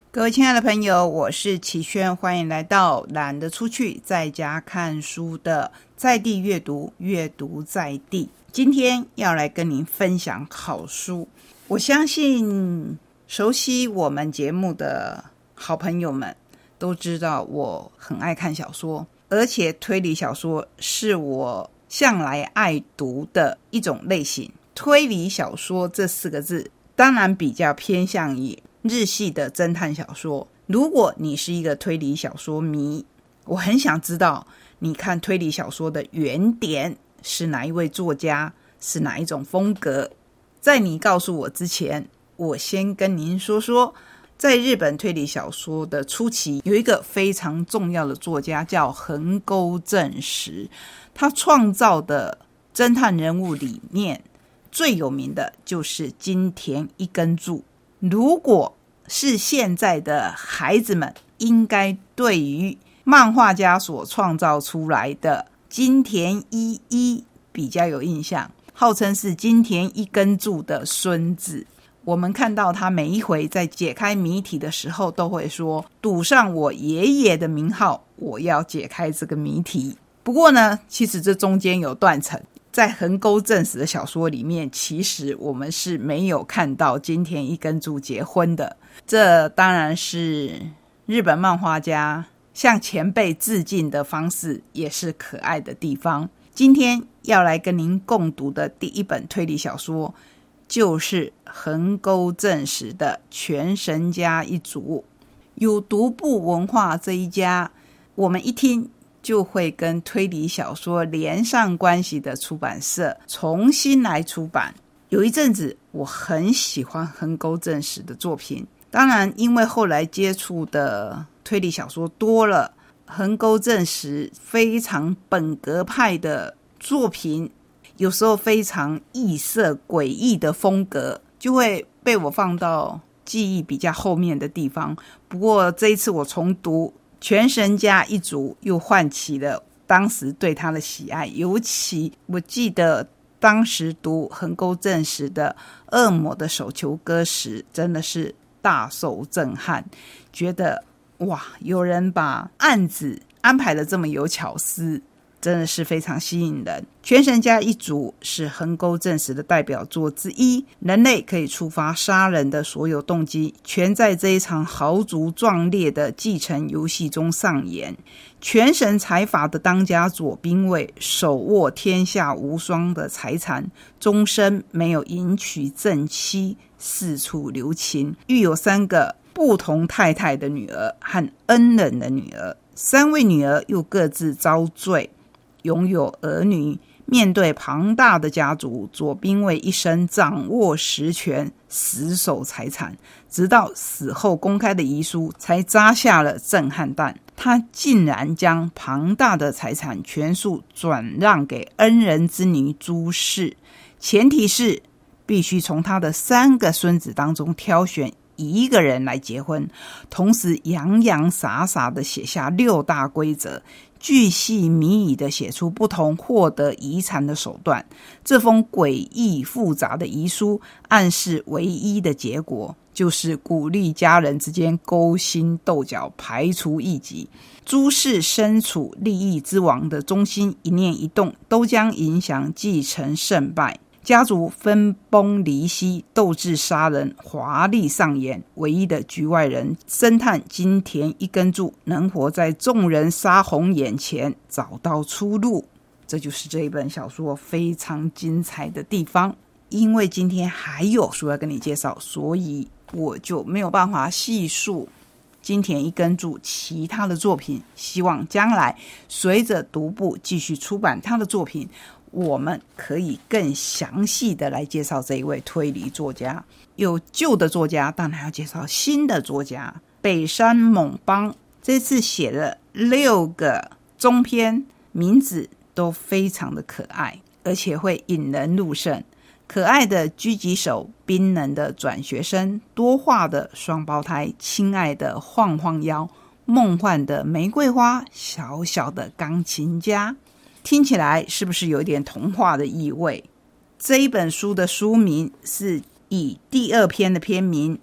各位亲爱的朋友，我是齐轩，欢迎来到懒得出去在家看书的在地阅读，阅读在地。今天要来跟您分享好书。我相信熟悉我们节目的好朋友们都知道我很爱看小说，而且推理小说是我向来爱读的一种类型。推理小说这4个字当然比较偏向于日系的侦探小说。如果你是一个推理小说迷，我很想知道你看推理小说的原点是哪一位作家，是哪一种风格。在你告诉我之前，我先跟您说说，在日本推理小说的初期，有一个非常重要的作家叫横沟正史，他创造的侦探人物里面最有名的就是金田一耕助。如果是现在的孩子们，应该对于漫画家所创造出来的金田一一比较有印象，号称是金田一耕助的孙子。我们看到他每一回在解开谜题的时候都会说，赌上我爷爷的名号，我要解开这个谜题。不过呢，其实这中间有断层，在横沟正史的小说里面，其实我们是没有看到金田一耕助结婚的。这当然是日本漫画家向前辈致敬的方式，也是可爱的地方。今天要来跟您共读的第一本推理小说，就是横沟正史的全神家一族。有独步文化这一家，我们一听就会跟推理小说连上关系的出版社重新来出版。有一阵子我很喜欢横沟正史的作品，当然因为后来接触的推理小说多了，横沟正史非常本格派的作品，有时候非常异色诡异的风格，就会被我放到记忆比较后面的地方。不过这一次我重读全神家一族，又唤起了当时对他的喜爱。尤其我记得当时读横沟正史的《恶魔的手球歌》时，真的是大受震撼，觉得哇，有人把案子安排得这么有巧思，真的是非常吸引人。全神家一族是横沟正史的代表作之一，人类可以触发杀人的所有动机，全在这一场豪族壮烈的继承游戏中上演。全神财阀的当家左兵卫手握天下无双的财产，终身没有迎娶正妻，四处留情，育有3个不同太太的女儿和恩人的女儿，3位女儿又各自遭罪，拥有儿女。面对庞大的家族，左兵卫一生掌握实权，死守财产，直到死后公开的遗书才扎下了震撼弹。他竟然将庞大的财产全数转让给恩人之女朱氏，前提是必须从他的3个孙子当中挑选一个人来结婚，同时洋洋洒洒地写下6大规则，巨细靡遗地写出不同获得遗产的手段。这封诡异复杂的遗书暗示唯一的结果就是鼓励家人之间勾心斗角，排除异己。朱氏身处利益之王的中心，一念一动都将影响继承胜败。家族分崩离析，斗智杀人，华丽上演。唯一的局外人侦探金田一耕助能活在众人杀红眼前，找到出路。这就是这一本小说非常精彩的地方。因为今天还有书要跟你介绍，所以我就没有办法细数金田一耕助其他的作品。希望将来随着独步继续出版他的作品，我们可以更详细的来介绍这一位推理作家。有旧的作家，当然要介绍新的作家。北山猛邦这次写了6个中篇，名字都非常的可爱，而且会引人入胜。可爱的狙击手，冰冷的转学生，多话的双胞胎，亲爱的晃晃腰，梦幻的玫瑰花，小小的钢琴家。听起来是不是有点童话的意味？这一本书的书名是以第2篇的篇名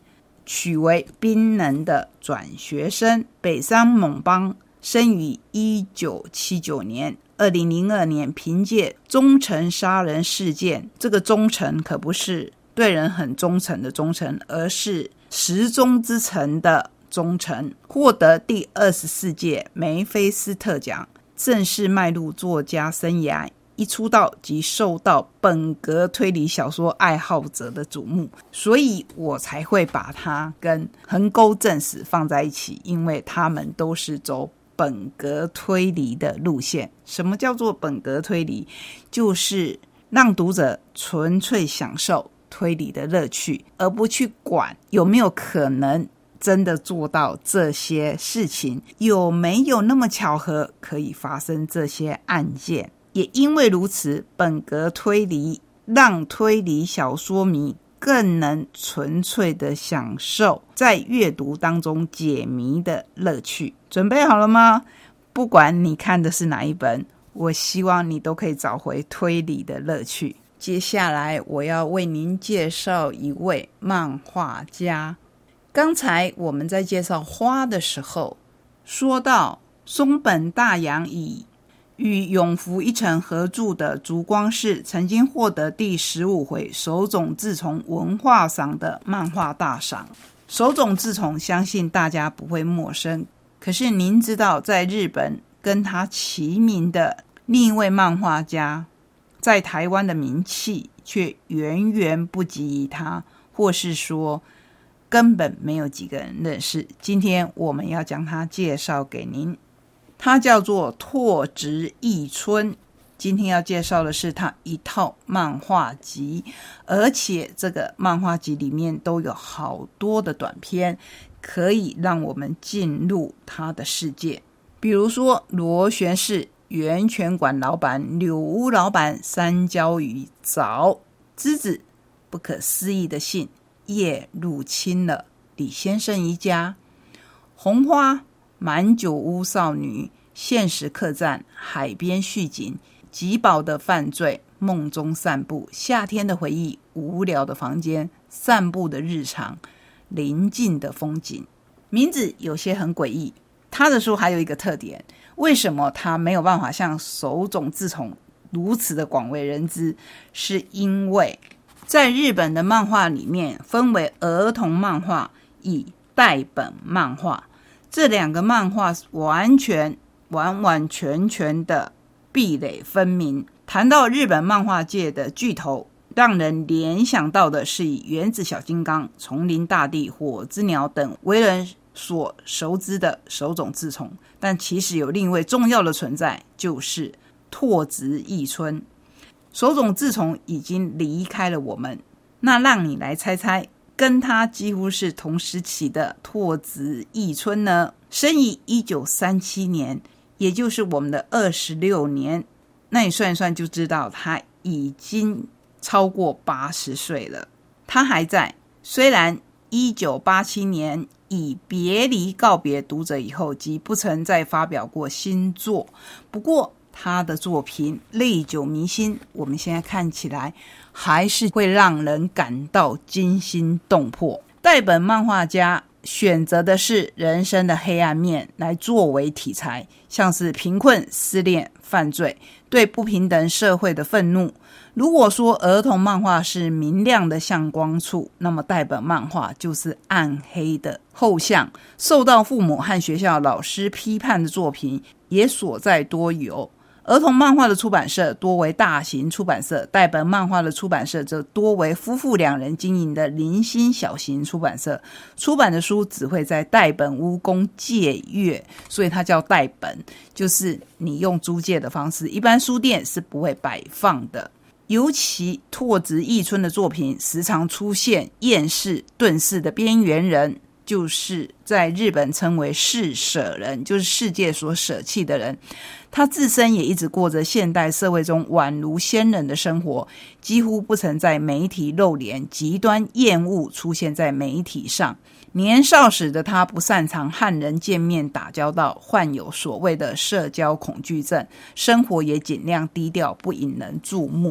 取为冰能的转学生，北山猛邦，生于1979年。2002年凭借忠诚杀人事件，这个忠诚可不是对人很忠诚的忠诚，而是十忠之诚的忠诚，获得第24届梅菲斯特奖，正式迈入作家生涯。一出道即受到本格推理小说爱好者的瞩目，所以我才会把它跟横沟正史放在一起，因为他们都是走本格推理的路线。什么叫做本格推理？就是让读者纯粹享受推理的乐趣，而不去管有没有可能真的做到这些事情，有没有那么巧合可以发生这些案件。也因为如此，本格推理让推理小说迷更能纯粹的享受在阅读当中解谜的乐趣。准备好了吗？不管你看的是哪一本，我希望你都可以找回推理的乐趣。接下来我要为您介绍一位漫画家。刚才我们在介绍花的时候说到松本大洋与永福一成合著的《烛光室》曾经获得第15回手冢治虫文化赏的漫画大赏。手冢治虫相信大家不会陌生，可是您知道在日本跟他齐名的另一位漫画家在台湾的名气却远远不及于他，或是说根本没有几个人认识。今天我们要将他介绍给您，他叫做拓殖义春。今天要介绍的是他一套漫画集，而且这个漫画集里面都有好多的短篇，可以让我们进入他的世界。比如说螺旋式源泉馆老板、柳屋老板、三焦鱼早、之子不可思议的信、夜入侵了李先生一家、红花满酒屋少女、现实客栈、海边续景、吉宝的犯罪、梦中散步、夏天的回忆、无聊的房间、散步的日常、临近的风景。名字有些很诡异。他的书还有一个特点，为什么他没有办法像手冢治虫如此的广为人知，是因为在日本的漫画里面分为儿童漫画与代本漫画，这两个漫画完全的壁垒分明。谈到日本漫画界的巨头，让人联想到的是以原子小金刚、丛林大帝、火之鸟等为人所熟知的手冢治虫，但其实有另一位重要的存在，就是拓殖义春。手冢治虫已经离开了我们，那让你来猜猜，跟他几乎是同时期的拓殖义春呢？生于1937年，也就是我们的26年，那你算一算就知道他已经超过80岁了。他还在，虽然1987年以别离告别读者以后，即不曾再发表过新作，不过他的作品历久弥新，我们现在看起来还是会让人感到惊心动魄。代本漫画家选择的是人生的黑暗面来作为题材，像是贫困、失恋、犯罪、对不平等社会的愤怒。如果说儿童漫画是明亮的向光处，那么代本漫画就是暗黑的后巷。受到父母和学校老师批判的作品也所在多有。儿童漫画的出版社多为大型出版社，代本漫画的出版社则多为夫妇两人经营的零星小型出版社。出版的书只会在代本屋供借阅，所以它叫代本，就是你用租借的方式，一般书店是不会摆放的。尤其拓殖义春的作品时常出现厌世、遁世的边缘人，就是在日本称为世舍人，就是世界所舍弃的人。他自身也一直过着现代社会中宛如仙人的生活，几乎不曾在媒体露脸，极端厌恶出现在媒体上。年少时的他不擅长和人见面打交道，患有所谓的社交恐惧症，生活也尽量低调，不引人注目。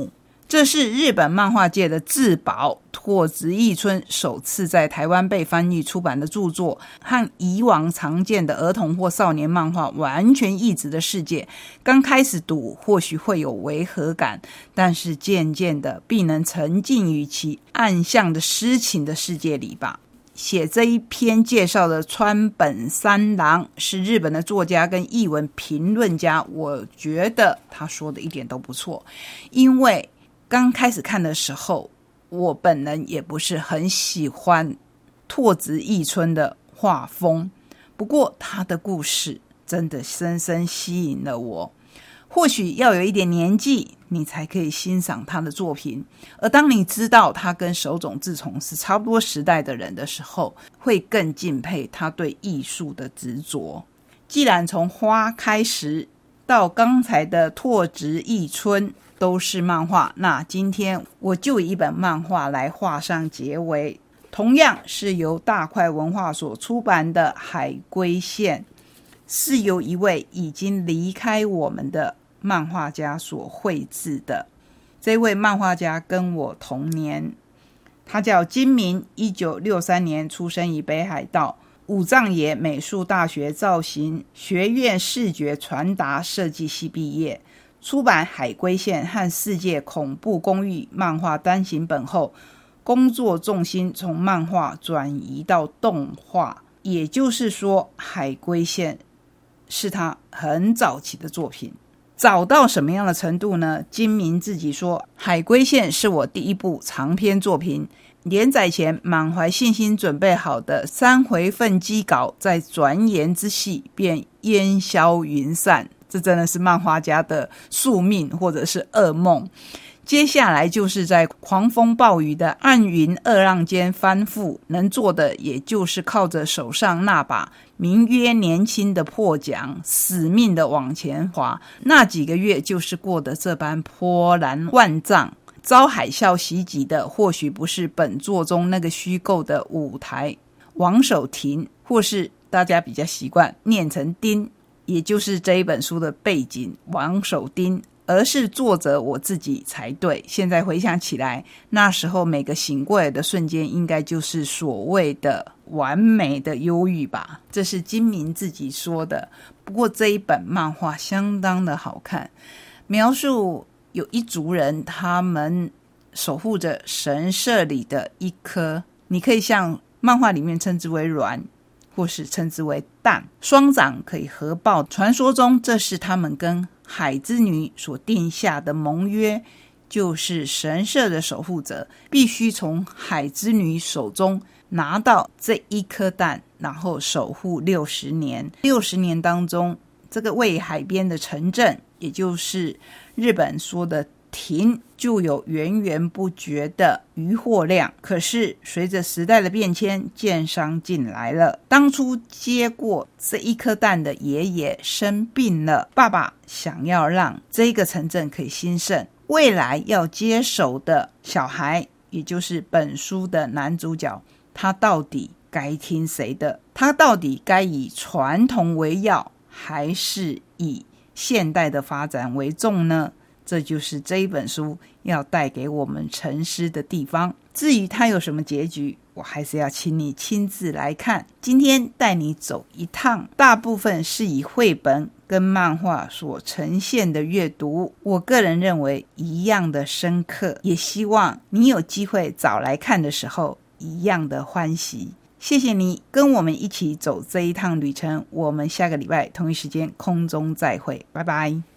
这是日本漫画界的至宝拓殖义村首次在台湾被翻译出版的著作，和以往常见的儿童或少年漫画完全异质的世界。刚开始读或许会有违和感，但是渐渐的必能沉浸于其暗象的诗情的世界里吧。写这一篇介绍的川本三郎是日本的作家跟译文评论家，我觉得他说的一点都不错。因为刚开始看的时候，我本人也不是很喜欢拓殖义村的画风，不过他的故事真的深深吸引了我。或许要有一点年纪，你才可以欣赏他的作品，而当你知道他跟手冢治虫是差不多时代的人的时候，会更敬佩他对艺术的执着。既然从花开时到刚才的拓殖义村都是漫画，那今天我就以一本漫画来画上结尾，同样是由大块文化所出版的《海龟线》，是由一位已经离开我们的漫画家所绘制的。这位漫画家跟我同年，他叫金明，1963年出生于北海道，武藏野美术大学造型学院视觉传达设计系毕业。出版《海龟线》和《世界恐怖公寓》漫画单行本后，工作重心从漫画转移到动画，也就是说，《海龟线》是他很早期的作品。早到什么样的程度呢？金明自己说，《海龟线》是我第一部长篇作品，连载前满怀信心准备好的3回份基稿，在转眼之隙便烟消云散。这真的是漫画家的宿命或者是噩梦。接下来就是在狂风暴雨的暗云恶浪间翻覆，能做的也就是靠着手上那把名曰年轻的破桨，死命的往前滑。那几个月就是过得这般波澜万丈。遭海啸袭击的或许不是本作中那个虚构的舞台王守亭，或是大家比较习惯念成丁，也就是这一本书的背景王守丁，而是作者我自己才对。现在回想起来，那时候每个醒过来的瞬间，应该就是所谓的完美的忧郁吧。这是金明自己说的。不过这一本漫画相当的好看，描述有一族人，他们守护着神社里的一颗，你可以像漫画里面称之为卵，或是称之为蛋，双掌可以合抱。传说中这是他们跟海之女所定下的盟约，就是神社的守护者必须从海之女手中拿到这一颗蛋，然后守护60年。60年当中，这个为海边的城镇，也就是日本说的亭，就有源源不绝的渔获量。可是随着时代的变迁，建商进来了，当初接过这一颗蛋的爷爷生病了，爸爸想要让这个城镇可以兴盛，未来要接手的小孩，也就是本书的男主角，他到底该听谁的？他到底该以传统为要，还是以现代的发展为重呢？这就是这一本书要带给我们沉思的地方。至于它有什么结局，我还是要请你亲自来看。今天带你走一趟，大部分是以绘本跟漫画所呈现的阅读，我个人认为一样的深刻，也希望你有机会早来看的时候一样的欢喜。谢谢你跟我们一起走这一趟旅程，我们下个礼拜同一时间空中再会，拜拜。